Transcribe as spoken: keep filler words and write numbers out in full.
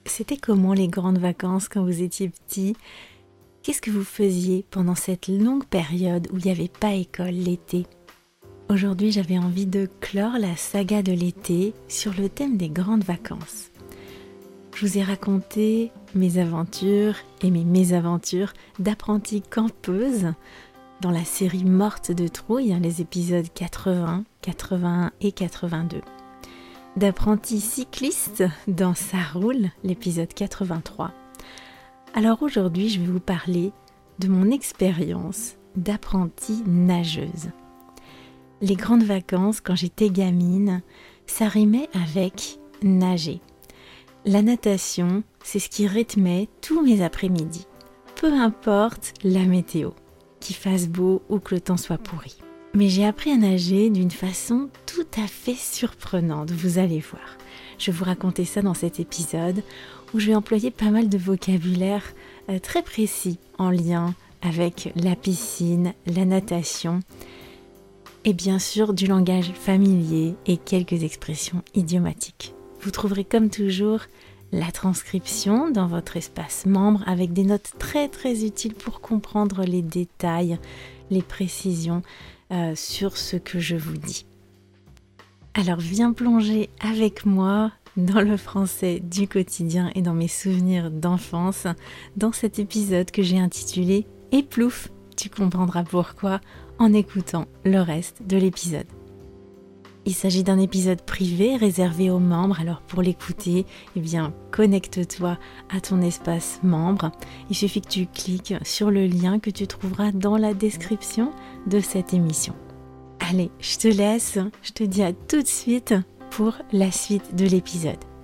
C'était comment les grandes vacances quand vous étiez petit? Qu'est-ce que vous faisiez pendant cette longue période où il n'y avait pas école l'été? Aujourd'hui, j'avais envie de clore la saga de l'été sur le thème des grandes vacances. Je vous ai raconté mes aventures et mes mésaventures d'apprentie campeuse dans la série Morte de trouille, les épisodes quatre-vingts, quatre-vingt-un et quatre-vingt-deux. D'apprenti cycliste dans Ça roule, l'épisode quatre-vingt-trois. Alors aujourd'hui, je vais vous parler de mon expérience d'apprentie nageuse. Les grandes vacances, quand j'étais gamine, ça rimait avec nager. La natation, c'est ce qui rythmait tous mes après-midi, peu importe la météo, qu'il fasse beau ou que le temps soit pourri. Mais j'ai appris à nager d'une façon tout à fait surprenante, vous allez voir. Je vais vous raconter ça dans cet épisode où je vais employer pas mal de vocabulaire euh, très précis en lien avec la piscine, la natation et bien sûr du langage familier et quelques expressions idiomatiques. Vous trouverez comme toujours la transcription dans votre espace membre avec des notes très très utiles pour comprendre les détails, les précisions euh, sur ce que je vous dis. Alors viens plonger avec moi dans le français du quotidien et dans mes souvenirs d'enfance dans cet épisode que j'ai intitulé « Et plouf !» Tu comprendras pourquoi en écoutant le reste de l'épisode. Il s'agit d'un épisode privé réservé aux membres, alors pour l'écouter, eh bien, connecte-toi à ton espace membre. Il suffit que tu cliques sur le lien que tu trouveras dans la description de cette émission. Allez, je te laisse, je te dis à tout de suite pour la suite de l'épisode.